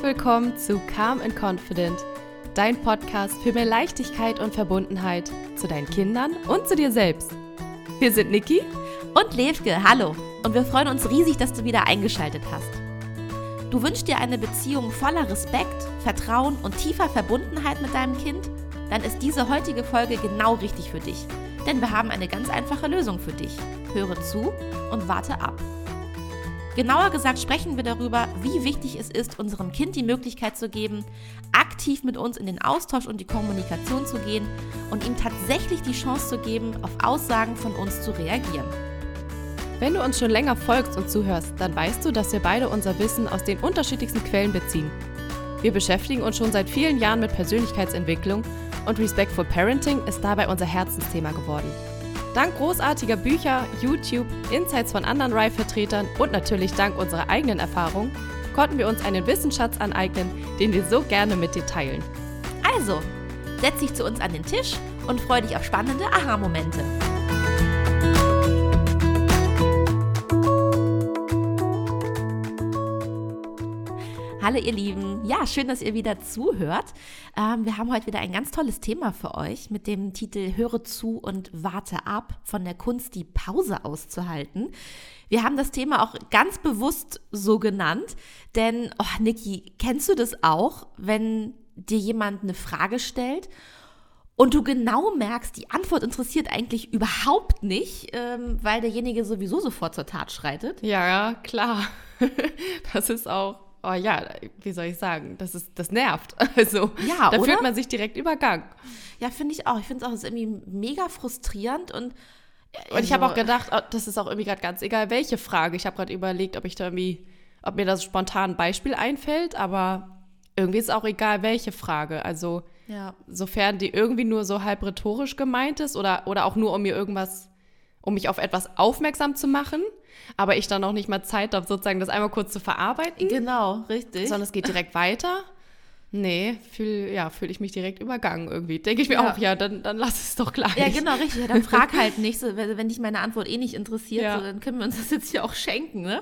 willkommen zu Calm and Confident, dein Podcast für mehr Leichtigkeit und Verbundenheit zu deinen Kindern und zu dir selbst. Wir sind Niki und Levke, hallo. Und wir freuen uns riesig, dass du wieder eingeschaltet hast. Du wünschst dir eine Beziehung voller Respekt, Vertrauen und tiefer Verbundenheit mit deinem Kind? Dann ist diese heutige Folge genau richtig für dich. Denn wir haben eine ganz einfache Lösung für dich. Höre zu und warte ab. Genauer gesagt sprechen wir darüber, wie wichtig es ist, unserem Kind die Möglichkeit zu geben, aktiv mit uns in den Austausch und die Kommunikation zu gehen und ihm tatsächlich die Chance zu geben, auf Aussagen von uns zu reagieren. Wenn du uns schon länger folgst und zuhörst, dann weißt du, dass wir beide unser Wissen aus den unterschiedlichsten Quellen beziehen. Wir beschäftigen uns schon seit vielen Jahren mit Persönlichkeitsentwicklung und Respectful Parenting ist dabei unser Herzensthema geworden. Dank großartiger Bücher, YouTube, Insights von anderen RIE-Vertretern und natürlich dank unserer eigenen Erfahrung konnten wir uns einen Wissensschatz aneignen, den wir so gerne mit dir teilen. Also, setz dich zu uns an den Tisch und freu dich auf spannende Aha-Momente. Hallo ihr Lieben, ja, schön, dass ihr wieder zuhört. Wir haben heute wieder ein ganz tolles Thema für euch mit dem Titel Höre zu und warte ab, von der Kunst die Pause auszuhalten. Wir haben das Thema auch ganz bewusst so genannt, denn, Niki, kennst du das auch, wenn dir jemand eine Frage stellt und du genau merkst, die Antwort interessiert eigentlich überhaupt nicht, weil derjenige sowieso sofort zur Tat schreitet? Ja, klar. Das ist auch... Oh ja, wie soll ich sagen, das nervt. Also, ja, da oder? fühlt man sich direkt übergangen. Ja, finde ich auch. Ich finde es auch, das ist irgendwie mega frustrierend und ich habe auch gedacht, das ist auch irgendwie gerade ganz egal, welche Frage. Ich habe gerade überlegt, ob mir das spontan ein Beispiel einfällt, aber irgendwie ist auch egal, welche Frage. Also, sofern die irgendwie nur so halb rhetorisch gemeint ist oder auch nur um mich auf etwas aufmerksam zu machen, aber ich dann auch nicht mal Zeit habe, sozusagen das einmal kurz zu verarbeiten. Genau, richtig. Sondern es geht direkt weiter. Nee, fühl ich mich direkt übergangen irgendwie. Denke ich mir auch, dann lass es doch gleich. Ja, genau, richtig. Ja, dann frag halt nicht, so, wenn dich meine Antwort nicht interessiert, so, dann können wir uns das jetzt hier auch schenken. Ne?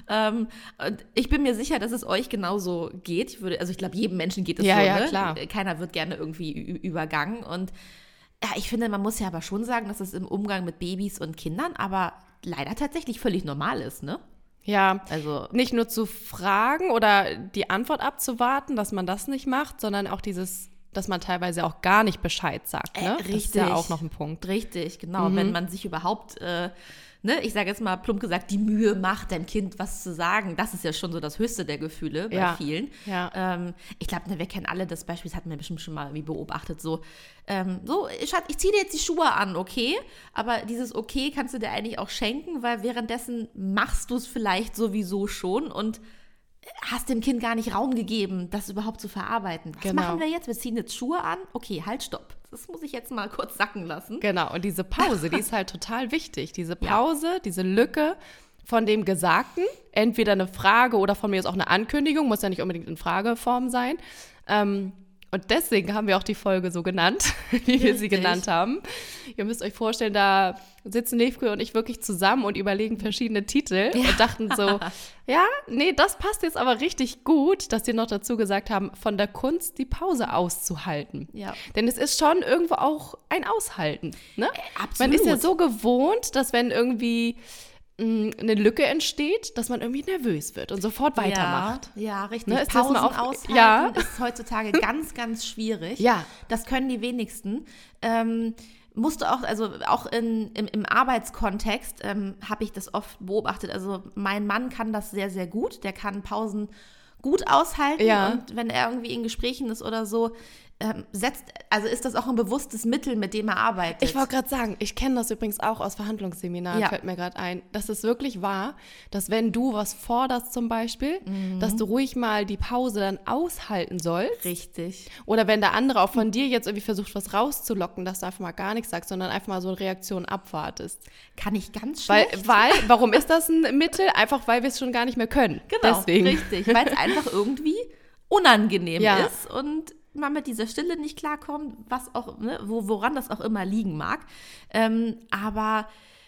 Und ich bin mir sicher, dass es euch genauso geht. Ich glaube, jedem Menschen geht es so. Ja, ne? Klar. Keiner wird gerne irgendwie übergangen. Und ja, ich finde, man muss ja aber schon sagen, dass es im Umgang mit Babys und Kindern aber leider tatsächlich völlig normal ist, ne? Ja, also nicht nur zu fragen oder die Antwort abzuwarten, dass man das nicht macht, sondern auch dass man teilweise auch gar nicht Bescheid sagt, ne? Richtig. Das ist ja auch noch ein Punkt. Richtig, genau. Wenn man sich überhaupt, ich sage jetzt mal plump gesagt, die Mühe macht, deinem Kind was zu sagen, das ist ja schon so das höchste der Gefühle bei vielen. Ja. Ich glaube, wir kennen alle das Beispiel, das hatten wir bestimmt schon mal beobachtet, Schatz, ich ziehe dir jetzt die Schuhe an, okay? Aber dieses okay kannst du dir eigentlich auch schenken, weil währenddessen machst du es vielleicht sowieso schon und hast dem Kind gar nicht Raum gegeben, das überhaupt zu verarbeiten. Was machen wir jetzt? Wir ziehen jetzt Schuhe an? Okay, halt, stopp. Das muss ich jetzt mal kurz sacken lassen. Genau, und diese Pause, die ist halt total wichtig. Diese Pause, diese Lücke von dem Gesagten, entweder eine Frage oder von mir ist auch eine Ankündigung, muss ja nicht unbedingt in Frageform sein. Und deswegen haben wir auch die Folge so genannt, wie wir sie genannt haben. Ihr müsst euch vorstellen, da sitzen Levke und ich wirklich zusammen und überlegen verschiedene Titel und dachten so, das passt jetzt aber richtig gut, dass wir noch dazu gesagt haben, von der Kunst die Pause auszuhalten. Ja. Denn es ist schon irgendwo auch ein Aushalten. Ne? Absolut. Man ist ja so gewohnt, dass wenn irgendwie eine Lücke entsteht, dass man irgendwie nervös wird und sofort weitermacht. Ja, richtig. Ne, Pausen aushalten ist heutzutage ganz, ganz schwierig. Ja. Das können die wenigsten. Musst du auch, also auch im Arbeitskontext habe ich das oft beobachtet. Also mein Mann kann das sehr, sehr gut. Der kann Pausen gut aushalten. Ja. Und wenn er irgendwie in Gesprächen ist oder so, ist das auch ein bewusstes Mittel, mit dem er arbeitet. Ich wollte gerade sagen, ich kenne das übrigens auch aus Verhandlungsseminaren, fällt mir gerade ein, dass es wirklich wahr, dass wenn du was forderst zum Beispiel, dass du ruhig mal die Pause dann aushalten sollst. Richtig. Oder wenn der andere auch von dir jetzt irgendwie versucht, was rauszulocken, dass du einfach mal gar nichts sagst, sondern einfach mal so eine Reaktion abwartest. Kann ich ganz schlecht. Warum ist das ein Mittel? Einfach, weil wir es schon gar nicht mehr können. Genau, deswegen. Richtig. Weil es einfach irgendwie unangenehm ist und man mit dieser Stille nicht klarkommt, was auch, ne, woran das auch immer liegen mag. Aber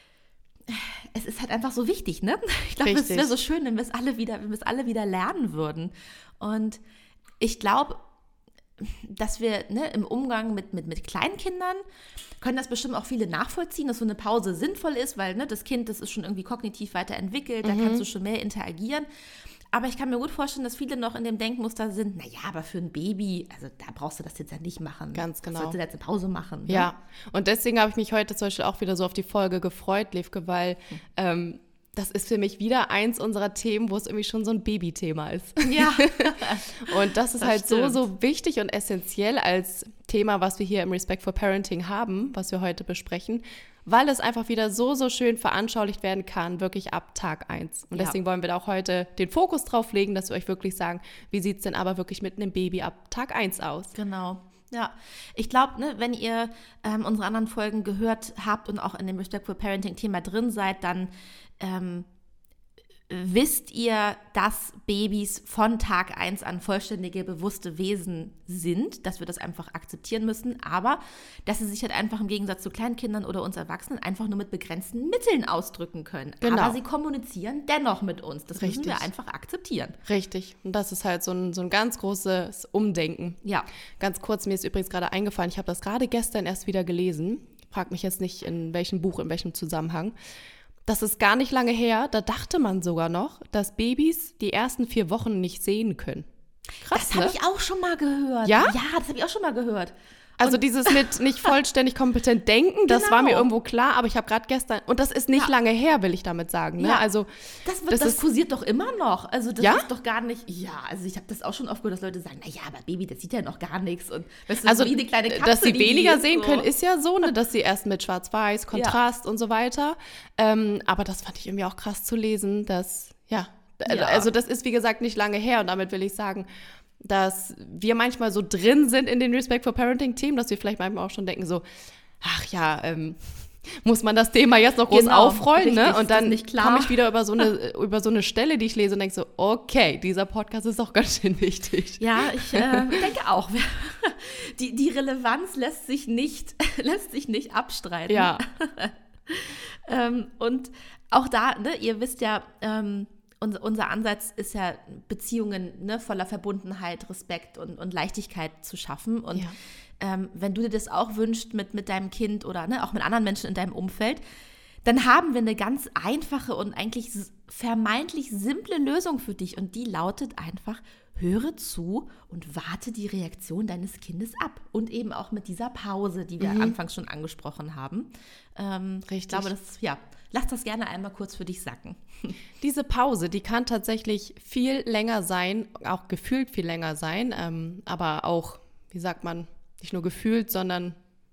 es ist halt einfach so wichtig, ne? Ich glaube, es wäre so schön, wenn wir es alle wieder lernen würden. Und Ich glaube, dass wir im Umgang mit Kleinkindern können das bestimmt auch viele nachvollziehen, dass so eine Pause sinnvoll ist, weil das Kind, das ist schon irgendwie kognitiv weiterentwickelt, da kannst du schon mehr interagieren. Aber ich kann mir gut vorstellen, dass viele noch in dem Denkmuster sind, naja, aber für ein Baby, also da brauchst du das jetzt ja nicht machen. Ganz genau. Sollst du jetzt eine Pause machen. Ne? Ja, und deswegen habe ich mich heute zum Beispiel auch wieder so auf die Folge gefreut, Levke, weil das ist für mich wieder eins unserer Themen, wo es irgendwie schon so ein Babythema ist. Ja. Und das ist Das halt stimmt. so wichtig und essentiell als Thema, was wir hier im Respect for Parenting haben, was wir heute besprechen, weil es einfach wieder so schön veranschaulicht werden kann, wirklich ab Tag 1. Und Ja. deswegen wollen wir da auch heute den Fokus drauf legen, dass wir euch wirklich sagen, wie sieht es denn aber wirklich mit einem Baby ab Tag 1 aus? Genau. Ja, ich glaube, wenn ihr unsere anderen Folgen gehört habt und auch in dem Respectful Parenting-Thema drin seid, dann wisst ihr, dass Babys von Tag 1 an vollständige, bewusste Wesen sind, dass wir das einfach akzeptieren müssen, aber dass sie sich halt einfach im Gegensatz zu Kleinkindern oder uns Erwachsenen einfach nur mit begrenzten Mitteln ausdrücken können. Genau. Aber sie kommunizieren dennoch mit uns. Das müssen Richtig. wir einfach akzeptieren. Richtig. Und das ist halt so ein ganz großes Umdenken. Ja. Ganz kurz, mir ist übrigens gerade eingefallen, ich habe das gerade gestern erst wieder gelesen. Frag mich jetzt nicht, in welchem Buch, in welchem Zusammenhang. Das ist gar nicht lange her, da dachte man sogar noch, dass Babys die ersten 4 Wochen nicht sehen können. Krass, Das habe ich auch schon mal gehört. Ja? Ja, das habe ich auch schon mal gehört. Also dieses mit nicht vollständig kompetent denken, das war mir Genau. irgendwo klar, aber ich habe gerade gestern, und das ist nicht Ja. lange her, will ich damit sagen. Ne? Ja. Also Das ist, kursiert doch immer noch. Also das Ja? ist doch gar nicht, also ich habe das auch schon oft gehört, dass Leute sagen, naja, aber Baby, das sieht ja noch gar nichts. Und weißt du, also wie eine kleine Katze, dass sie die weniger liest, sehen so. können, ist ja so, ne, dass sie erst mit Schwarz-Weiß, Kontrast und so weiter. Aber das fand ich irgendwie auch krass zu lesen, dass, Ja. also das ist wie gesagt nicht lange her und damit will ich sagen, dass wir manchmal so drin sind in den Respect for Parenting-Themen, dass wir vielleicht manchmal auch schon denken so, ach ja, muss man das Thema jetzt noch groß Genau, aufrollen, richtig, ne? ist Und das dann nicht klar? komme ich wieder über so eine Stelle, die ich lese und denke so, okay, dieser Podcast ist doch ganz schön wichtig. Ja, ich denke auch. Die Relevanz lässt sich nicht abstreiten. Ja, Und auch da, ne, ihr wisst ja, unser Ansatz ist ja, Beziehungen voller Verbundenheit, Respekt und Leichtigkeit zu schaffen. Und wenn du dir das auch wünschst mit deinem Kind oder auch mit anderen Menschen in deinem Umfeld, dann haben wir eine ganz einfache und eigentlich vermeintlich simple Lösung für dich. Und die lautet einfach, höre zu und warte die Reaktion deines Kindes ab. Und eben auch mit dieser Pause, die wir anfangs schon angesprochen haben. Richtig. Ich glaube, lass das gerne einmal kurz für dich sacken. diese Pause, die kann tatsächlich viel länger sein, auch gefühlt viel länger sein, aber auch, wie sagt man, nicht nur gefühlt, sondern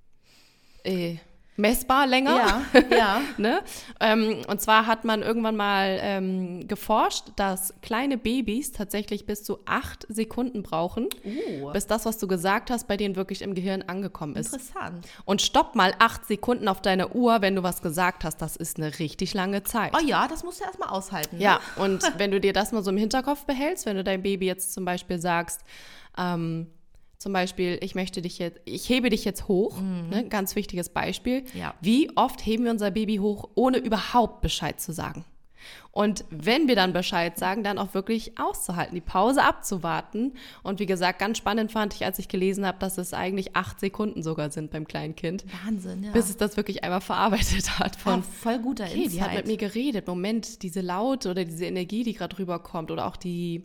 messbar länger. Ja. Ne? Und zwar hat man irgendwann mal geforscht, dass kleine Babys tatsächlich bis zu 8 Sekunden brauchen, bis das, was du gesagt hast, bei denen wirklich im Gehirn angekommen ist. Interessant. Und stopp mal 8 Sekunden auf deiner Uhr, wenn du was gesagt hast. Das ist eine richtig lange Zeit. Oh ja, das musst du erstmal aushalten. Ne? Ja, und wenn du dir das mal so im Hinterkopf behältst, wenn du deinem Baby jetzt zum Beispiel sagst, zum Beispiel, ich hebe dich jetzt hoch, ne, ganz wichtiges Beispiel. Ja. Wie oft heben wir unser Baby hoch, ohne überhaupt Bescheid zu sagen? Und wenn wir dann Bescheid sagen, dann auch wirklich auszuhalten, die Pause abzuwarten. Und wie gesagt, ganz spannend fand ich, als ich gelesen habe, dass es eigentlich 8 Sekunden sogar sind beim kleinen Kind, Wahnsinn, ja. bis es das wirklich einmal verarbeitet hat. Ja, voll guter Okay, die hat mit Insight. mir geredet. Moment, diese Laute oder diese Energie, die gerade rüberkommt oder auch die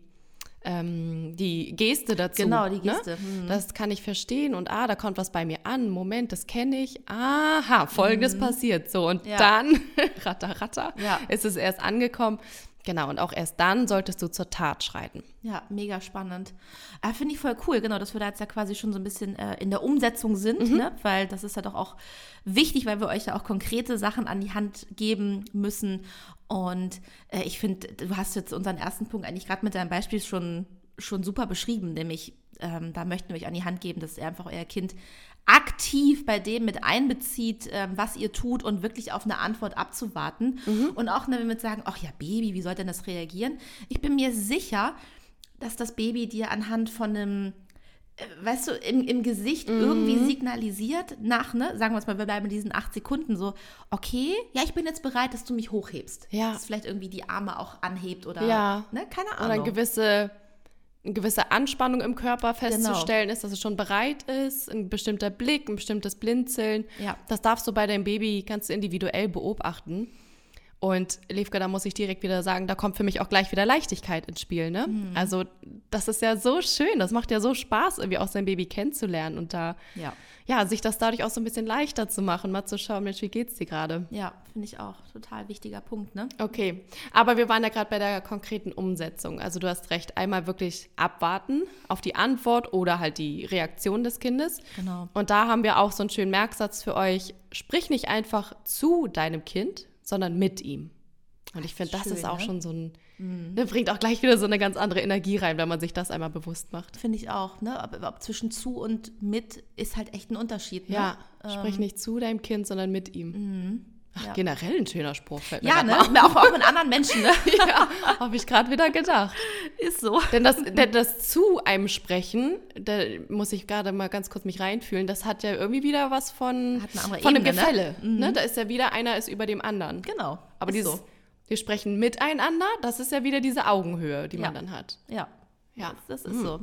Geste dazu. Genau, die Ne? Geste. Das kann ich verstehen und da kommt was bei mir an. Moment, das kenne ich. Aha, Folgendes passiert. So, und Ja. dann, ratter, Ja. ist es erst angekommen. Genau, und auch erst dann solltest du zur Tat schreiten. Ja, mega spannend. Finde ich voll cool, genau, dass wir da jetzt ja quasi schon so ein bisschen in der Umsetzung sind, ne? Weil das ist ja doch auch wichtig, weil wir euch ja auch konkrete Sachen an die Hand geben müssen. Und ich finde, du hast jetzt unseren ersten Punkt eigentlich gerade mit deinem Beispiel schon super beschrieben, nämlich da möchten wir euch an die Hand geben, dass ihr einfach euer Kind aktiv bei dem mit einbezieht, was ihr tut und wirklich auf eine Antwort abzuwarten. Und auch wenn wir sagen, ach ja, Baby, wie soll denn das reagieren? Ich bin mir sicher, dass das Baby dir anhand von einem, weißt du, im Gesicht irgendwie signalisiert, sagen wir es mal, wir bleiben in diesen 8 Sekunden so, okay, ja, ich bin jetzt bereit, dass du mich hochhebst. Ja. Dass vielleicht irgendwie die Arme auch anhebt oder, Ja. ne, keine Oder Ahnung. eine gewisse Anspannung im Körper festzustellen ist, dass es schon bereit ist, ein bestimmter Blick, ein bestimmtes Blinzeln. Ja. Das darfst du bei deinem Baby, kannst du individuell beobachten. Und Levke, da muss ich direkt wieder sagen, da kommt für mich auch gleich wieder Leichtigkeit ins Spiel, ne? Also das ist ja so schön, das macht ja so Spaß, irgendwie auch sein Baby kennenzulernen und da, sich das dadurch auch so ein bisschen leichter zu machen, mal zu schauen, Mensch, wie geht's dir gerade? Ja, finde ich auch total wichtiger Punkt, ne? Okay, aber wir waren ja gerade bei der konkreten Umsetzung. Also du hast recht, einmal wirklich abwarten auf die Antwort oder halt die Reaktion des Kindes. Genau. Und da haben wir auch so einen schönen Merksatz für euch, sprich nicht einfach zu deinem Kind, sondern mit ihm. Und ich finde, das ist auch schon so ein, bringt auch gleich wieder so eine ganz andere Energie rein, wenn man sich das einmal bewusst macht. Finde ich auch, ne? Aber zwischen zu und mit ist halt echt ein Unterschied, ne? Ja, sprich nicht zu deinem Kind, sondern mit ihm. Ach, generell ein schöner Spruch. Fällt mir ja, ne? Auch mit anderen Menschen, ne? Ja, habe ich gerade wieder gedacht. Ist so. Denn das zu einem Sprechen, da muss ich gerade mal ganz kurz mich reinfühlen, das hat ja irgendwie wieder was von einem Gefälle. Ne? Da ist ja wieder, einer ist über dem anderen. Genau. Aber wir sprechen miteinander, das ist ja wieder diese Augenhöhe, die man dann hat. Ja. Das ist so.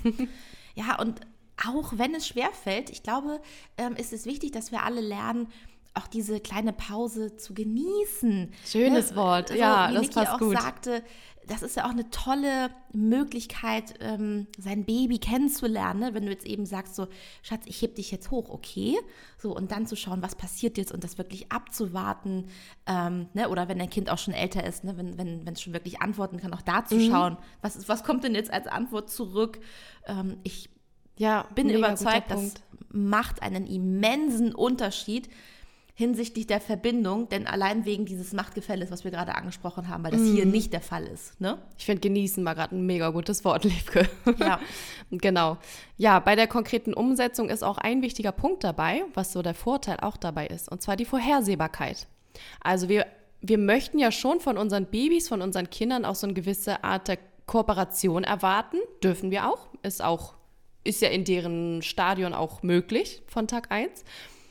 Ja, und auch wenn es schwerfällt, ich glaube, ist es wichtig, dass wir alle lernen, auch diese kleine Pause zu genießen. Schönes Wort, ja, wie das Niki passt auch gut. sagte, das ist ja auch eine tolle Möglichkeit, sein Baby kennenzulernen. Ne? Wenn du jetzt eben sagst, so, Schatz, ich heb dich jetzt hoch, okay? So, und dann zu schauen, was passiert jetzt und das wirklich abzuwarten. Ne? Oder wenn dein Kind auch schon älter ist, ne? wenn es schon wirklich antworten kann, auch da zu schauen, was kommt denn jetzt als Antwort zurück? Ich bin überzeugt, das macht einen immensen Unterschied hinsichtlich der Verbindung, denn allein wegen dieses Machtgefälles, was wir gerade angesprochen haben, weil das hier nicht der Fall ist. Ne? Ich finde, genießen war gerade ein mega gutes Wort, Levke. Ja. Genau. Ja, bei der konkreten Umsetzung ist auch ein wichtiger Punkt dabei, was so der Vorteil auch dabei ist, und zwar die Vorhersehbarkeit. Also wir möchten ja schon von unseren Babys, von unseren Kindern auch so eine gewisse Art der Kooperation erwarten, dürfen wir auch, ist ja in deren Stadion auch möglich von Tag 1.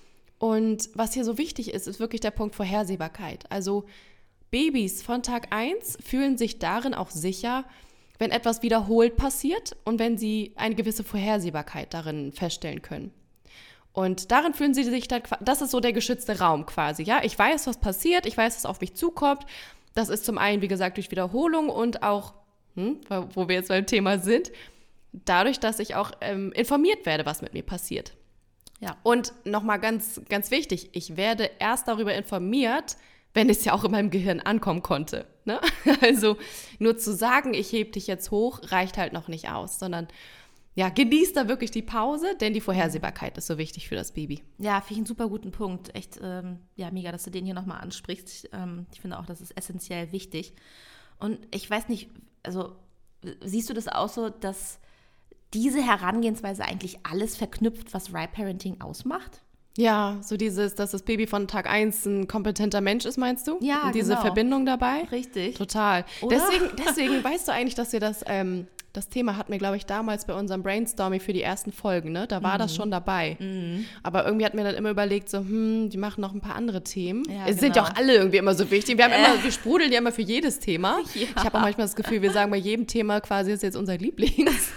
Und was hier so wichtig ist, ist wirklich der Punkt Vorhersehbarkeit. Also Babys von Tag 1 fühlen sich darin auch sicher, wenn etwas wiederholt passiert und wenn sie eine gewisse Vorhersehbarkeit darin feststellen können. Und darin fühlen sie sich dann, das ist so der geschützte Raum quasi, ja. Ich weiß, was passiert, ich weiß, was auf mich zukommt. Das ist zum einen, wie gesagt, durch Wiederholung und auch, wo wir jetzt beim Thema sind, dadurch, dass ich auch informiert werde, was mit mir passiert. Ja. Und nochmal ganz, ganz wichtig, ich werde erst darüber informiert, wenn es ja auch in meinem Gehirn ankommen konnte. Ne? Also nur zu sagen, ich heb dich jetzt hoch, reicht halt noch nicht aus, sondern ja, genießt da wirklich die Pause, denn die Vorhersehbarkeit ist so wichtig für das Baby. Ja, finde ich einen super guten Punkt. Echt, mega, dass du den hier nochmal ansprichst. Ich finde auch, das ist essentiell wichtig. Und ich weiß nicht, also siehst du das auch so, dass diese Herangehensweise eigentlich alles verknüpft, was Right-Parenting ausmacht? Ja, so dass das Baby von Tag 1 ein kompetenter Mensch ist, meinst du? Ja, und diese Verbindung dabei? Richtig. Total. Oder? Deswegen weißt du eigentlich, dass wir das Thema hatten wir, glaube ich, damals bei unserem Brainstorming für die ersten Folgen, ne? Da war das schon dabei. Aber irgendwie hatten wir dann immer überlegt, so, die machen noch ein paar andere Themen. Ja, es sind ja auch alle irgendwie immer so wichtig. Wir sprudeln ja immer für jedes Thema. Ja. Ich habe auch manchmal das Gefühl, wir sagen bei jedem Thema quasi, das ist jetzt unser Lieblings.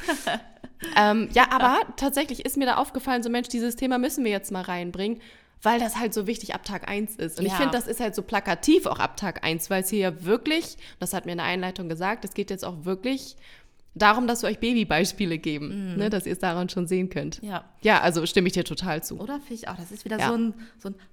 Aber tatsächlich ist mir da aufgefallen, so Mensch, dieses Thema müssen wir jetzt mal reinbringen, weil das halt so wichtig ab Tag 1 ist. Und ich finde, das ist halt so plakativ auch ab Tag 1, weil es hier ja wirklich, das hat mir in der Einleitung gesagt, es geht jetzt auch wirklich darum, dass wir euch Babybeispiele geben, ne, dass ihr es daran schon sehen könnt. Ja. Ja, also stimme ich dir total zu. Oder finde ich auch, das ist wieder so ein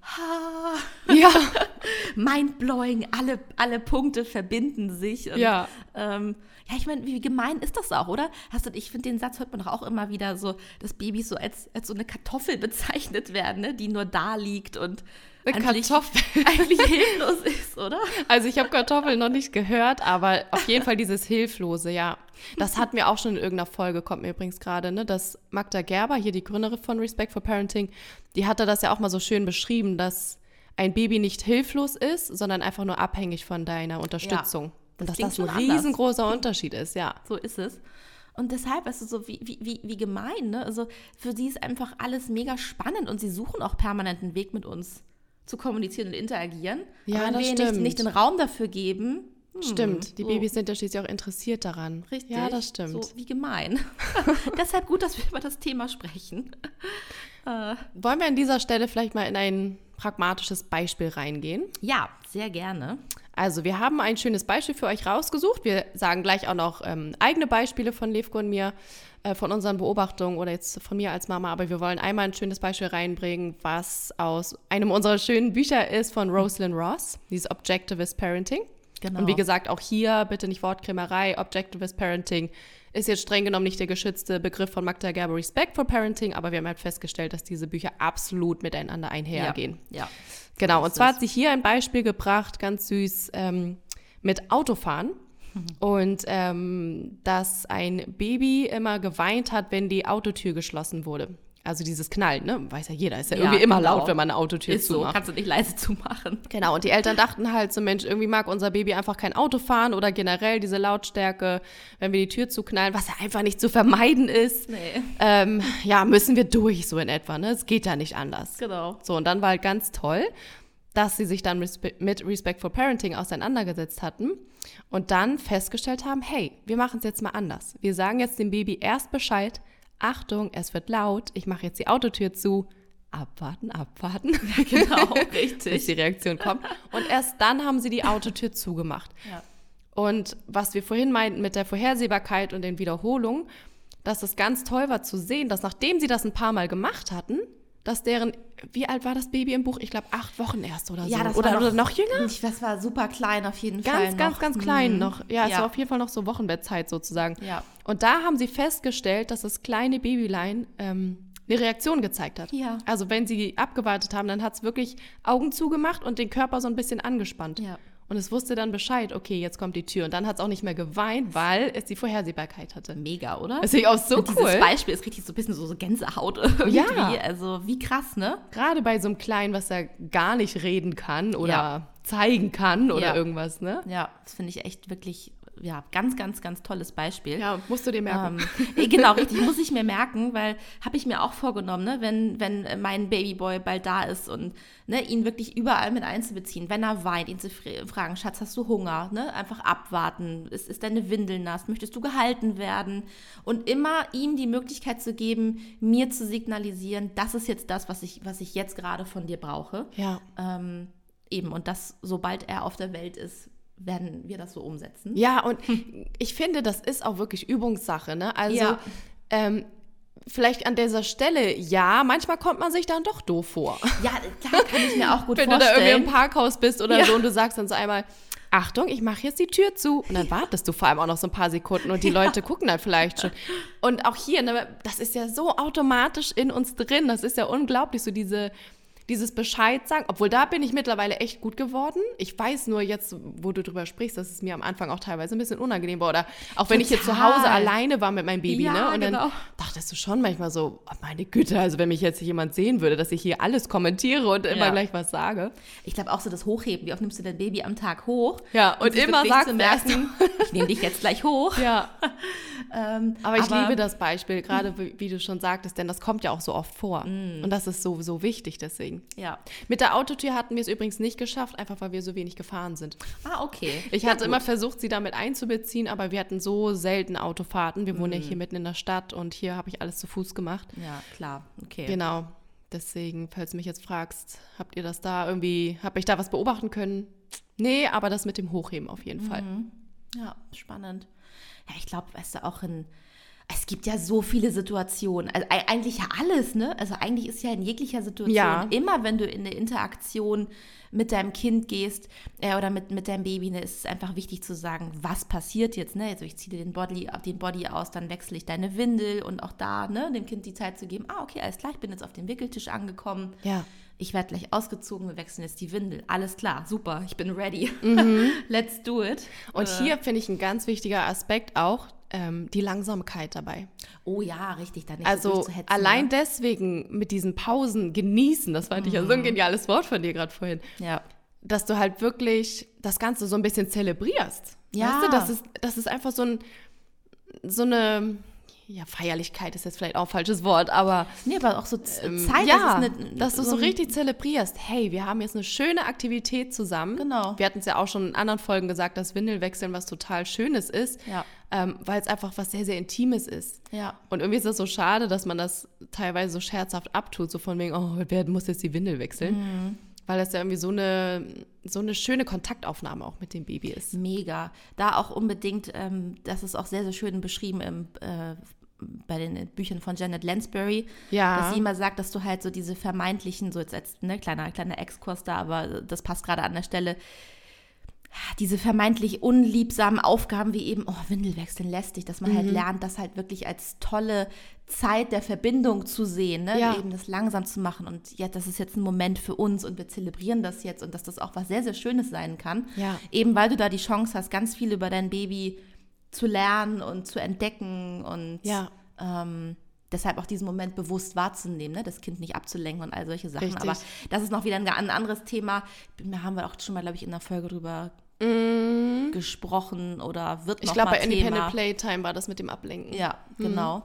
Ja. Mindblowing, alle Punkte verbinden sich. Und, ich meine, wie gemein ist das auch, oder? Ich finde, den Satz hört man doch auch immer wieder so, dass Babys so als so eine Kartoffel bezeichnet werden, ne, die nur da liegt und eigentlich hilflos ist, oder? Also ich habe Kartoffeln noch nicht gehört, aber auf jeden Fall dieses Hilflose, ja. Das hatten wir auch schon in irgendeiner Folge, kommt mir übrigens gerade, ne, dass Magda Gerber, hier die Gründerin von Respect for Parenting, die hatte das ja auch mal so schön beschrieben, dass ein Baby nicht hilflos ist, sondern einfach nur abhängig von deiner Unterstützung. Ja, und dass das ein riesengroßer Unterschied ist, ja. So ist es. Und deshalb, weißt du, so wie gemein, ne? Also für sie ist einfach alles mega spannend und sie suchen auch permanent einen Weg mit uns zu kommunizieren und interagieren. Ja, aber wenn das wir stimmt. nicht den Raum dafür geben, Stimmt, die Babys sind ja schließlich auch interessiert daran. Richtig. Ja, das stimmt. So wie gemein. Deshalb gut, dass wir über das Thema sprechen. Wollen wir an dieser Stelle vielleicht mal in ein pragmatisches Beispiel reingehen? Ja, sehr gerne. Also wir haben ein schönes Beispiel für euch rausgesucht. Wir sagen gleich auch noch eigene Beispiele von Levko und mir, von unseren Beobachtungen oder jetzt von mir als Mama. Aber wir wollen einmal ein schönes Beispiel reinbringen, was aus einem unserer schönen Bücher ist von Rosalind Ross, dieses Objectivist Parenting. Genau. Und wie gesagt, auch hier bitte nicht Wortkrämerei. Objectivist Parenting ist jetzt streng genommen nicht der geschützte Begriff von Magda Gerber Respectful Parenting, aber wir haben halt festgestellt, dass diese Bücher absolut miteinander einhergehen. Ja. Genau, und zwar hat sie hier ein Beispiel gebracht, ganz süß, mit Autofahren. Und dass ein Baby immer geweint hat, wenn die Autotür geschlossen wurde. Also dieses Knallen, ne? Weiß ja jeder, ist ja irgendwie immer laut, wenn man eine Autotür ist zumacht. So, kannst du nicht leise zumachen. Genau, und die Eltern dachten halt so, Mensch, irgendwie mag unser Baby einfach kein Auto fahren oder generell diese Lautstärke, wenn wir die Tür zuknallen, was ja einfach nicht zu vermeiden ist. Nee. Ja, müssen wir durch, so in etwa, ne? Es geht ja nicht anders. Genau. So, und dann war halt ganz toll, dass sie sich dann mit Respectful Parenting auseinandergesetzt hatten und dann festgestellt haben, hey, wir machen es jetzt mal anders. Wir sagen jetzt dem Baby erst Bescheid, Achtung, es wird laut, ich mache jetzt die Autotür zu, abwarten. Ja, genau, richtig. Bis die Reaktion kommt. Und erst dann haben sie die Autotür zugemacht. Ja. Und was wir vorhin meinten mit der Vorhersehbarkeit und den Wiederholungen, dass es ganz toll war zu sehen, dass nachdem sie das ein paar Mal gemacht hatten, dass deren, wie alt war das Baby im Buch? Ich glaube 8 Wochen erst oder so. Ja, das oder noch jünger? Das war super klein auf jeden Fall. Ganz klein noch. Ja, es Ja. war auf jeden Fall noch so Wochenbettzeit sozusagen. Ja. Und da haben sie festgestellt, dass das kleine Babylein eine Reaktion gezeigt hat. Ja. Also wenn sie abgewartet haben, dann hat es wirklich Augen zugemacht und den Körper so ein bisschen angespannt. Ja. Und es wusste dann Bescheid, okay, jetzt kommt die Tür. Und dann hat es auch nicht mehr geweint, weil es die Vorhersehbarkeit hatte. Mega, oder? Das finde ich auch so und cool. Dieses Beispiel ist richtig so ein bisschen so Gänsehaut irgendwie. Ja. Also wie krass, ne? Gerade bei so einem Kleinen, was ja gar nicht reden kann oder Ja. zeigen kann oder Ja. irgendwas, ne? Ja, das finde ich echt wirklich, ja, ganz, ganz, ganz tolles Beispiel. Ja, musst du dir merken. Genau, richtig, muss ich mir merken, weil habe ich mir auch vorgenommen, ne, wenn mein Babyboy bald da ist und ne, ihn wirklich überall mit einzubeziehen, wenn er weint, ihn zu fragen, Schatz, hast du Hunger? Ne? Einfach abwarten, ist deine Windel nass, möchtest du gehalten werden? Und immer ihm die Möglichkeit zu geben, mir zu signalisieren, das ist jetzt das, was ich jetzt gerade von dir brauche. Ja. Eben, und das, sobald er auf der Welt ist, werden wir das so umsetzen. Ja, und ich finde, das ist auch wirklich Übungssache, ne? Also, Ja. Vielleicht an dieser Stelle, ja, manchmal kommt man sich dann doch doof vor. Ja, klar, kann ich mir auch gut Wenn du da vorstellen. irgendwie im Parkhaus bist oder Ja. so und du sagst dann so einmal, Achtung, ich mache jetzt die Tür zu. Und dann wartest du vor allem auch noch so ein paar Sekunden und die Leute gucken dann vielleicht schon. Und auch hier, ne, das ist ja so automatisch in uns drin. Das ist ja unglaublich, so dieses Bescheid sagen. Obwohl, da bin ich mittlerweile echt gut geworden. Ich weiß nur jetzt, wo du drüber sprichst, dass es mir am Anfang auch teilweise ein bisschen unangenehm war. Oder auch wenn ich jetzt zu Total. Hause alleine war mit meinem Baby, Ja, ne? Und genau. dann dachtest du schon manchmal so, oh meine Güte, also wenn mich jetzt jemand sehen würde, dass ich hier alles kommentiere und immer Ja. gleich was sage. Ich glaube auch so das Hochheben. Wie oft nimmst du dein Baby am Tag hoch? Ja, und sich immer wirklich sagst zu du erst merken, ich nehme dich jetzt gleich hoch. Ja, aber ich aber- liebe das Beispiel, gerade wie du schon sagtest, denn das kommt ja auch so oft vor. Und das ist so wichtig deswegen. Ja. Mit der Autotür hatten wir es übrigens nicht geschafft, einfach weil wir so wenig gefahren sind. Ah, okay. Ich hatte immer versucht, sie damit einzubeziehen, aber wir hatten so selten Autofahrten. Wir wohnen ja hier mitten in der Stadt und hier habe ich alles zu Fuß gemacht. Ja, klar. Okay. Genau. Deswegen, falls du mich jetzt fragst, habt ihr das da irgendwie, habe ich da was beobachten können? Nee, aber das mit dem Hochheben auf jeden Fall. Ja, spannend. Ja, ich glaube, weißt du, es gibt ja so viele Situationen. Also eigentlich ja alles, ne? Also eigentlich ist ja in jeglicher Situation, Ja. immer wenn du in eine Interaktion mit deinem Kind gehst oder mit deinem Baby, ne, ist es einfach wichtig zu sagen, was passiert jetzt, ne? Also ich ziehe dir den Body aus, dann wechsle ich deine Windel und auch da, ne, dem Kind die Zeit zu geben, okay, alles klar, ich bin jetzt auf dem Wickeltisch angekommen. Ja. Ich werde gleich ausgezogen, wir wechseln jetzt die Windel. Alles klar, super, ich bin ready. Let's do it. Und hier finde ich ein ganz wichtiger Aspekt auch, die Langsamkeit dabei. Oh ja, richtig, da nicht so Also durchzuhetzen, allein ne? deswegen mit diesen Pausen genießen, das fand ich ja so ein geniales Wort von dir gerade vorhin, Ja. dass du halt wirklich das Ganze so ein bisschen zelebrierst. Ja. Weißt du, das ist einfach so eine, Feierlichkeit ist jetzt vielleicht auch ein falsches Wort, aber Nee, aber auch so Zeit, dass du so richtig zelebrierst. Hey, wir haben jetzt eine schöne Aktivität zusammen. Genau. Wir hatten es ja auch schon in anderen Folgen gesagt, dass Windelwechseln was total Schönes ist, weil es einfach was sehr, sehr Intimes ist. Ja. Und irgendwie ist das so schade, dass man das teilweise so scherzhaft abtut, so von wegen, wer muss jetzt die Windel wechseln? Weil das ja irgendwie so eine schöne Kontaktaufnahme auch mit dem Baby ist. Mega. Da auch unbedingt, das ist auch sehr, sehr schön beschrieben bei den Büchern von Janet Lansbury, dass sie immer sagt, dass du halt so diese vermeintlichen, so jetzt als kleiner Exkurs da, aber das passt gerade an der Stelle, diese vermeintlich unliebsamen Aufgaben wie eben, Windel wechseln lästig, dass man halt lernt, das halt wirklich als tolle Zeit der Verbindung zu sehen, ne? Eben das langsam zu machen und das ist jetzt ein Moment für uns und wir zelebrieren das jetzt und dass das auch was sehr, sehr Schönes sein kann. Ja. Eben weil du da die Chance hast, ganz viel über dein Baby zu lernen und zu entdecken und deshalb auch diesen Moment bewusst wahrzunehmen, ne? Das Kind nicht abzulenken und all solche Sachen. Richtig. Aber das ist noch wieder ein anderes Thema. Da haben wir auch schon mal, glaube ich, in einer Folge drüber gesprochen oder wird noch mal Thema. Ich glaube, bei Independent Playtime war das mit dem Ablenken. Ja, genau.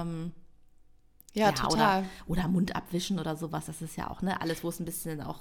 Total. Oder Mund abwischen oder sowas. Das ist ja auch, ne, alles, wo es ein bisschen auch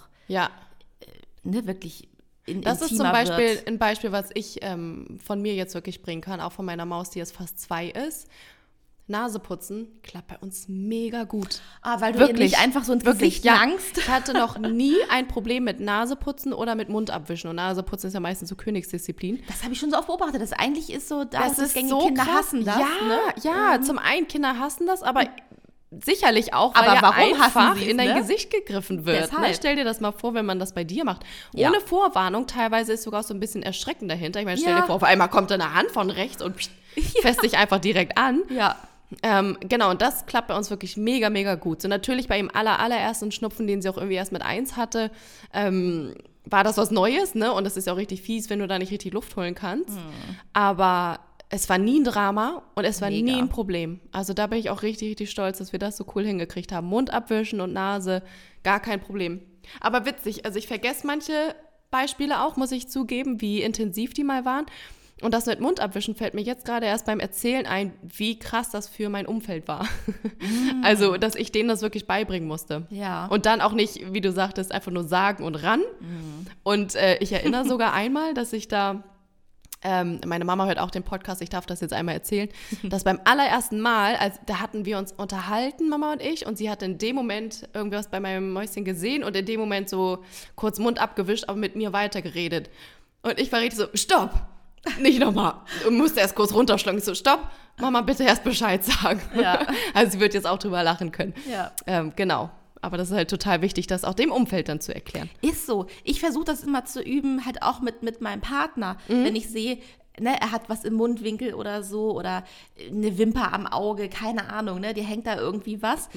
wirklich das ist zum Beispiel ein Beispiel, was ich von mir jetzt wirklich bringen kann, auch von meiner Maus, die jetzt fast 2 ist. Naseputzen klappt bei uns mega gut. Weil du wirklich, nicht einfach so ins Gesicht langst. Ich hatte noch nie ein Problem mit Naseputzen oder mit Mund abwischen. Und Naseputzen ist ja meistens so Königsdisziplin. Das habe ich schon so oft beobachtet. Das eigentlich ist so, das ist so Kinder krass. Hassen das. Ja, zum einen Kinder hassen das, aber sicherlich auch, weil aber warum einfach in dein Gesicht gegriffen wird. Ne? Stell dir das mal vor, wenn man das bei dir macht. Ohne Vorwarnung, teilweise ist sogar so ein bisschen erschreckend dahinter. Ich meine, stell dir vor, auf einmal kommt da eine Hand von rechts und fässt dich einfach direkt an. Ja. Genau, und das klappt bei uns wirklich mega, mega gut. So natürlich bei dem allerersten Schnupfen, den sie auch irgendwie erst mit 1 hatte, war das was Neues, ne? Und das ist ja auch richtig fies, wenn du da nicht richtig Luft holen kannst. Aber es war nie ein Drama und es war nie ein Problem. Also da bin ich auch richtig, richtig stolz, dass wir das so cool hingekriegt haben. Mund abwischen und Nase, gar kein Problem. Aber witzig, also ich vergesse manche Beispiele auch, muss ich zugeben, wie intensiv die mal waren. Und das mit Mund abwischen fällt mir jetzt gerade erst beim Erzählen ein, wie krass das für mein Umfeld war. Also, dass ich denen das wirklich beibringen musste. Ja. Und dann auch nicht, wie du sagtest, einfach nur sagen und ran. Und ich erinnere sogar einmal, dass ich da, meine Mama hört auch den Podcast, ich darf das jetzt einmal erzählen, dass beim allerersten Mal, da hatten wir uns unterhalten, Mama und ich, und sie hat in dem Moment irgendwas bei meinem Mäuschen gesehen und in dem Moment so kurz Mund abgewischt, aber mit mir weitergeredet. Und ich war richtig so, stopp! Nicht nochmal. Du musst erst kurz runterschlagen. Ich so, stopp, Mama, bitte erst Bescheid sagen. Ja. Also sie wird jetzt auch drüber lachen können. Ja. Genau. Aber das ist halt total wichtig, das auch dem Umfeld dann zu erklären. Ist so. Ich versuche das immer zu üben, halt auch mit meinem Partner. Wenn ich sehe, ne, er hat was im Mundwinkel oder so oder eine Wimper am Auge, keine Ahnung, ne, dir hängt da irgendwie was.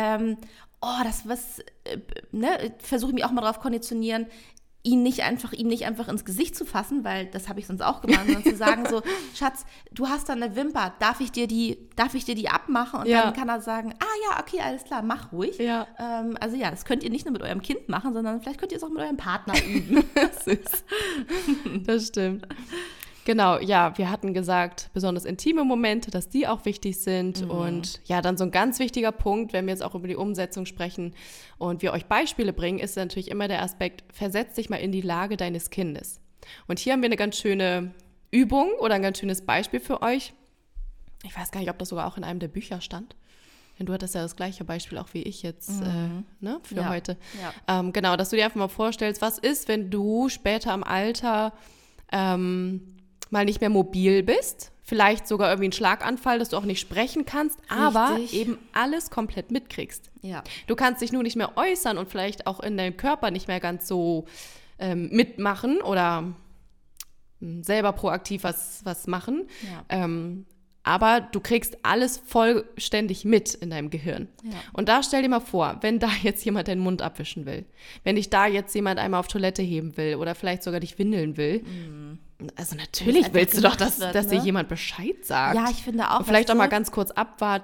Versuche ich mich auch mal drauf konditionieren, ihm nicht einfach ins Gesicht zu fassen, weil das habe ich sonst auch gemacht, sondern zu sagen so, Schatz, du hast da eine Wimper, darf ich dir die abmachen? Und dann kann er sagen, okay, alles klar, mach ruhig. Ja. Das könnt ihr nicht nur mit eurem Kind machen, sondern vielleicht könnt ihr es auch mit eurem Partner üben. Das stimmt. Genau, ja, wir hatten gesagt, besonders intime Momente, dass die auch wichtig sind. Und ja, dann so ein ganz wichtiger Punkt, wenn wir jetzt auch über die Umsetzung sprechen und wir euch Beispiele bringen, ist natürlich immer der Aspekt, versetz dich mal in die Lage deines Kindes. Und hier haben wir eine ganz schöne Übung oder ein ganz schönes Beispiel für euch. Ich weiß gar nicht, ob das sogar auch in einem der Bücher stand. Denn du hattest ja das gleiche Beispiel auch wie ich jetzt für heute. Ja. Genau, dass du dir einfach mal vorstellst, was ist, wenn du später im Alter mal nicht mehr mobil bist, vielleicht sogar irgendwie einen Schlaganfall, dass du auch nicht sprechen kannst, aber eben alles komplett mitkriegst. Ja. Du kannst dich nur nicht mehr äußern und vielleicht auch in deinem Körper nicht mehr ganz so mitmachen oder selber proaktiv was machen. Ja. Aber du kriegst alles vollständig mit in deinem Gehirn. Ja. Und da stell dir mal vor, wenn da jetzt jemand deinen Mund abwischen will, wenn dich da jetzt jemand einmal auf Toilette heben will oder vielleicht sogar dich windeln will, also natürlich willst du doch, dass dir jemand Bescheid sagt. Ja, ich finde auch. Und vielleicht auch mal ganz kurz abwartet,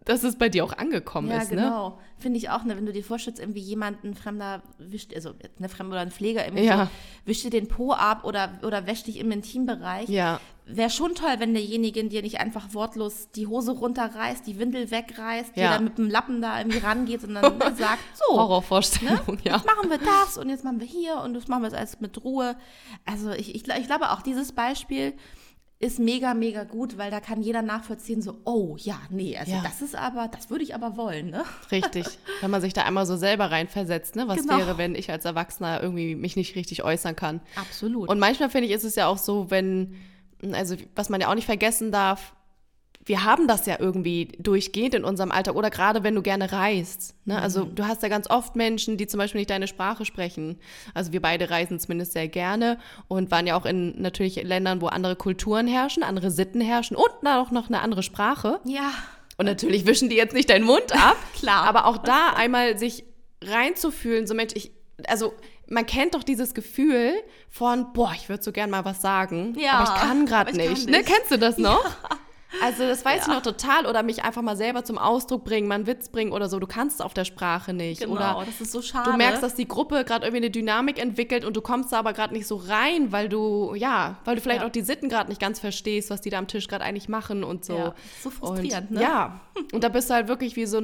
dass es bei dir auch angekommen ist, ne? Ja, genau. Finde ich auch, ne, wenn du dir vorstellst, irgendwie jemanden Fremder wischt, also eine Fremde oder ein Pfleger irgendwie so, wischt dir den Po ab oder wäscht dich im Intimbereich. Ja. Wäre schon toll, wenn derjenige dir nicht einfach wortlos die Hose runterreißt, die Windel wegreißt, dir dann mit dem Lappen da irgendwie rangeht und dann sagt, so. Horrorvorstellung, ja. Jetzt machen wir das und jetzt machen wir hier und das machen wir jetzt alles mit Ruhe. Also ich glaube auch, dieses Beispiel ist mega, mega gut, weil da kann jeder nachvollziehen, so, oh, ja, nee, also das würde ich aber wollen, ne? Richtig, wenn man sich da einmal so selber reinversetzt, ne? Was wäre, wenn ich als Erwachsener irgendwie mich nicht richtig äußern kann? Absolut. Und manchmal, finde ich, ist es ja auch so, also was man ja auch nicht vergessen darf, wir haben das ja irgendwie durchgehend in unserem Alltag oder gerade wenn du gerne reist. Ne? Also du hast ja ganz oft Menschen, die zum Beispiel nicht deine Sprache sprechen. Also wir beide reisen zumindest sehr gerne und waren ja auch in natürlich Ländern, wo andere Kulturen herrschen, andere Sitten herrschen und auch noch eine andere Sprache. Ja. Und natürlich wischen die jetzt nicht deinen Mund ab. Klar. Aber auch da einmal sich reinzufühlen, so Mensch, man kennt doch dieses Gefühl von, ich würde so gern mal was sagen, aber ich kann gerade nicht. Ne? Kennst du das noch? Ja. Also das weiß ich noch total. Oder mich einfach mal selber zum Ausdruck bringen, mal einen Witz bringen oder so. Du kannst es auf der Sprache nicht. Genau, oder das ist so schade. Du merkst, dass die Gruppe gerade irgendwie eine Dynamik entwickelt und du kommst da aber gerade nicht so rein, weil du vielleicht auch die Sitten gerade nicht ganz verstehst, was die da am Tisch gerade eigentlich machen und so. Ja, so frustrierend, und, ne? Ja, und da bist du halt wirklich wie so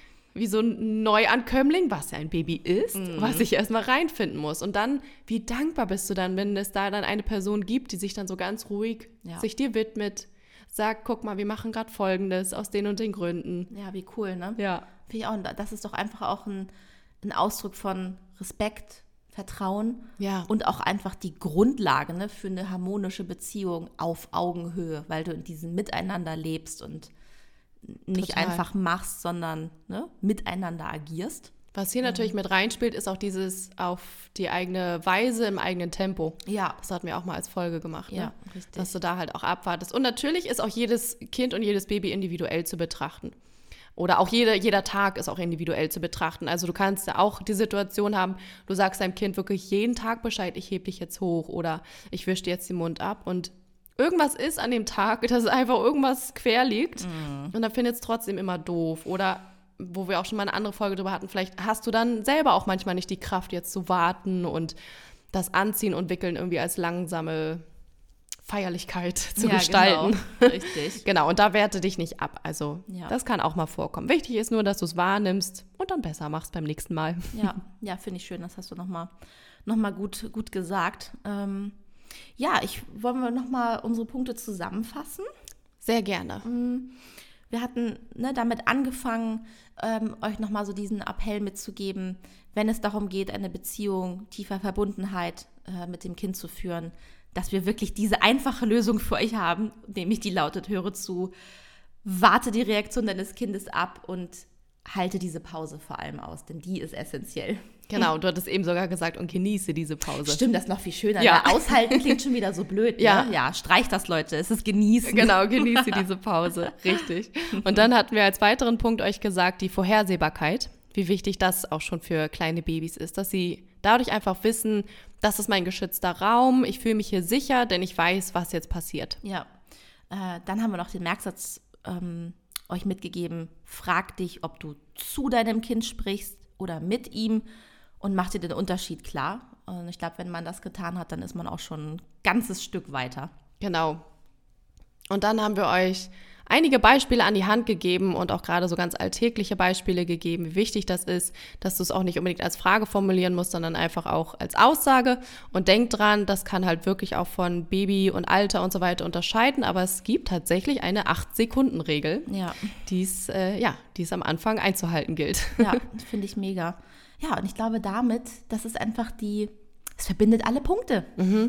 ein Neuankömmling, was ja ein Baby ist, was sich erstmal reinfinden muss. Und dann, wie dankbar bist du dann, wenn es da dann eine Person gibt, die sich dann so ganz ruhig sich dir widmet, sagt, guck mal, wir machen gerade Folgendes aus den und den Gründen. Ja, wie cool, ne? Ja. Finde ich auch, das ist doch einfach auch ein Ausdruck von Respekt, Vertrauen und auch einfach die Grundlage, ne, für eine harmonische Beziehung auf Augenhöhe, weil du in diesem Miteinander lebst und nicht einfach machst, sondern miteinander agierst. Was hier natürlich mit reinspielt, ist auch dieses auf die eigene Weise im eigenen Tempo. Ja. Das hatten wir auch mal als Folge gemacht, ne? Ja, richtig. Dass du da halt auch abwartest. Und natürlich ist auch jedes Kind und jedes Baby individuell zu betrachten. Oder auch jeder Tag ist auch individuell zu betrachten. Also du kannst ja auch die Situation haben, du sagst deinem Kind wirklich jeden Tag Bescheid, ich heb dich jetzt hoch oder ich wische dir jetzt den Mund ab und irgendwas ist an dem Tag, dass einfach irgendwas quer liegt und dann findet es trotzdem immer doof. Oder wo wir auch schon mal eine andere Folge drüber hatten, vielleicht hast du dann selber auch manchmal nicht die Kraft, jetzt zu warten und das Anziehen und Wickeln irgendwie als langsame Feierlichkeit zu gestalten. Genau. Richtig. Genau, und da werte dich nicht ab. Also das kann auch mal vorkommen. Wichtig ist nur, dass du es wahrnimmst und dann besser machst beim nächsten Mal. Ja, finde ich schön, das hast du noch mal gut gesagt. Wollen wir noch mal unsere Punkte zusammenfassen? Sehr gerne. Wir hatten damit angefangen, euch nochmal so diesen Appell mitzugeben, wenn es darum geht, eine Beziehung tiefer Verbundenheit mit dem Kind zu führen, dass wir wirklich diese einfache Lösung für euch haben, nämlich die lautet, höre zu, warte die Reaktion deines Kindes ab und halte diese Pause vor allem aus, denn die ist essentiell. Genau, du hattest eben sogar gesagt, und genieße diese Pause. Stimmt, das ist noch viel schöner. Ja. Aushalten klingt schon wieder so blöd. Ja. Ne? Ja, streich das, Leute. Es ist genießen. Genau, genieße diese Pause. Richtig. Und dann hatten wir als weiteren Punkt euch gesagt, die Vorhersehbarkeit, wie wichtig das auch schon für kleine Babys ist, dass sie dadurch einfach wissen, das ist mein geschützter Raum, ich fühle mich hier sicher, denn ich weiß, was jetzt passiert. Ja, dann haben wir noch den Merksatz euch mitgegeben, frag dich, ob du zu deinem Kind sprichst oder mit ihm und mach dir den Unterschied klar. Und ich glaube, wenn man das getan hat, dann ist man auch schon ein ganzes Stück weiter. Genau. Und dann haben wir euch einige Beispiele an die Hand gegeben und auch gerade so ganz alltägliche Beispiele gegeben, wie wichtig das ist, dass du es auch nicht unbedingt als Frage formulieren musst, sondern einfach auch als Aussage. Und denk dran, das kann halt wirklich auch von Baby und Alter und so weiter unterscheiden, aber es gibt tatsächlich eine 8-Sekunden-Regel, die es am Anfang einzuhalten gilt. Ja, finde ich mega. Ja, und ich glaube damit, das ist einfach es verbindet alle Punkte.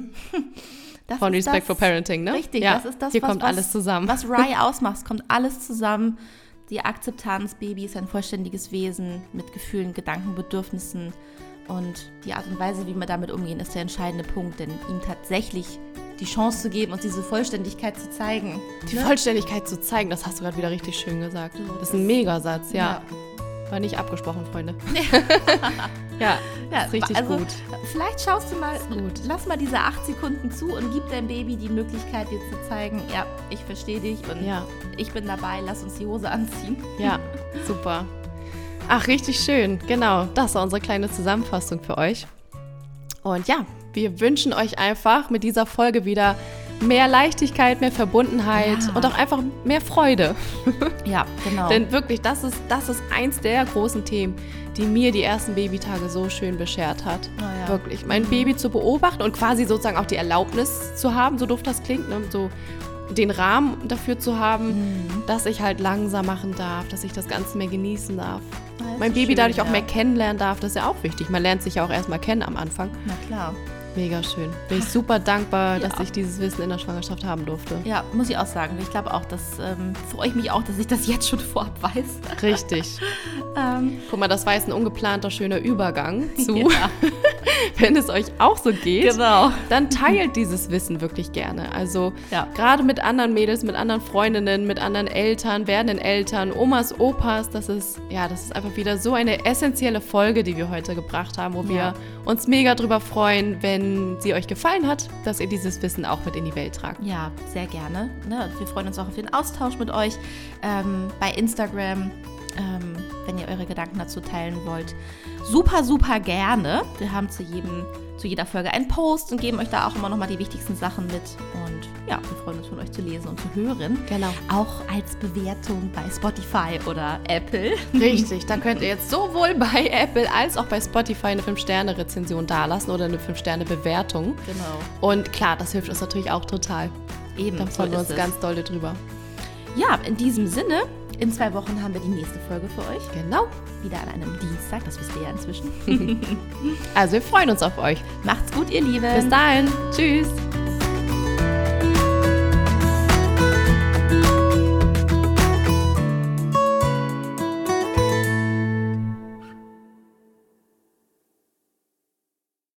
Von Respect for Parenting, ne? Richtig, das ist das, hier kommt alles zusammen. Was Rye ausmacht, es kommt alles zusammen. Die Akzeptanz, Baby ist ein vollständiges Wesen mit Gefühlen, Gedanken, Bedürfnissen. Und die Art und Weise, wie wir damit umgehen, ist der entscheidende Punkt, denn ihm tatsächlich die Chance zu geben, uns diese Vollständigkeit zu zeigen. Die Vollständigkeit zu zeigen, das hast du gerade wieder richtig schön gesagt. Das ist ein Megasatz, ja. War nicht abgesprochen, Freunde. Ja, ist richtig gut. Vielleicht schaust du mal, lass mal diese 8 Sekunden zu und gib deinem Baby die Möglichkeit, dir zu zeigen, ja, ich verstehe dich und ich bin dabei, lass uns die Hose anziehen. Ja, super. Ach, richtig schön. Genau, das war unsere kleine Zusammenfassung für euch. Und ja, wir wünschen euch einfach mit dieser Folge wieder mehr Leichtigkeit, mehr Verbundenheit und auch einfach mehr Freude. Ja, genau. Denn wirklich, das ist eins der großen Themen, die mir die ersten Babytage so schön beschert hat. Oh ja. Wirklich, mein Baby zu beobachten und quasi sozusagen auch die Erlaubnis zu haben, so doof das klingt, ne? So den Rahmen dafür zu haben, dass ich halt langsam machen darf, dass ich das Ganze mehr genießen darf. Mein Baby dadurch auch mehr kennenlernen darf, das ist ja auch wichtig. Man lernt sich ja auch erstmal kennen am Anfang. Na klar. Mega schön. Bin ich super dankbar, dass ich dieses Wissen in der Schwangerschaft haben durfte. Ja, muss ich auch sagen. Ich glaube auch, freue ich mich auch, dass ich das jetzt schon vorab weiß. Richtig. Guck mal, das war jetzt ein ungeplanter, schöner Übergang zu, wenn es euch auch so geht, dann teilt dieses Wissen wirklich gerne. Also gerade mit anderen Mädels, mit anderen Freundinnen, mit anderen Eltern, werdenden Eltern, Omas, Opas, das ist einfach wieder so eine essentielle Folge, die wir heute gebracht haben, wo wir uns mega drüber freuen, wenn sie euch gefallen hat, dass ihr dieses Wissen auch mit in die Welt tragt. Ja, sehr gerne. Ne? Wir freuen uns auch auf den Austausch mit euch bei Instagram, wenn ihr eure Gedanken dazu teilen wollt. Super, super gerne. Wir haben zu jeder Folge einen Post und geben euch da auch immer nochmal die wichtigsten Sachen mit. Und ja, wir freuen uns von euch zu lesen und zu hören. Genau. Auch als Bewertung bei Spotify oder Apple. Richtig, da könnt ihr jetzt sowohl bei Apple als auch bei Spotify eine 5-Sterne-Rezension dalassen oder eine 5-Sterne-Bewertung. Genau. Und klar, das hilft uns natürlich auch total. Eben, da freuen wir uns ganz doll drüber. Ja, in diesem Sinne, in 2 Wochen haben wir die nächste Folge für euch. Genau. Wieder an einem Dienstag, das wisst ihr ja inzwischen. Also wir freuen uns auf euch. Macht's gut, ihr Lieben. Bis dahin. Tschüss.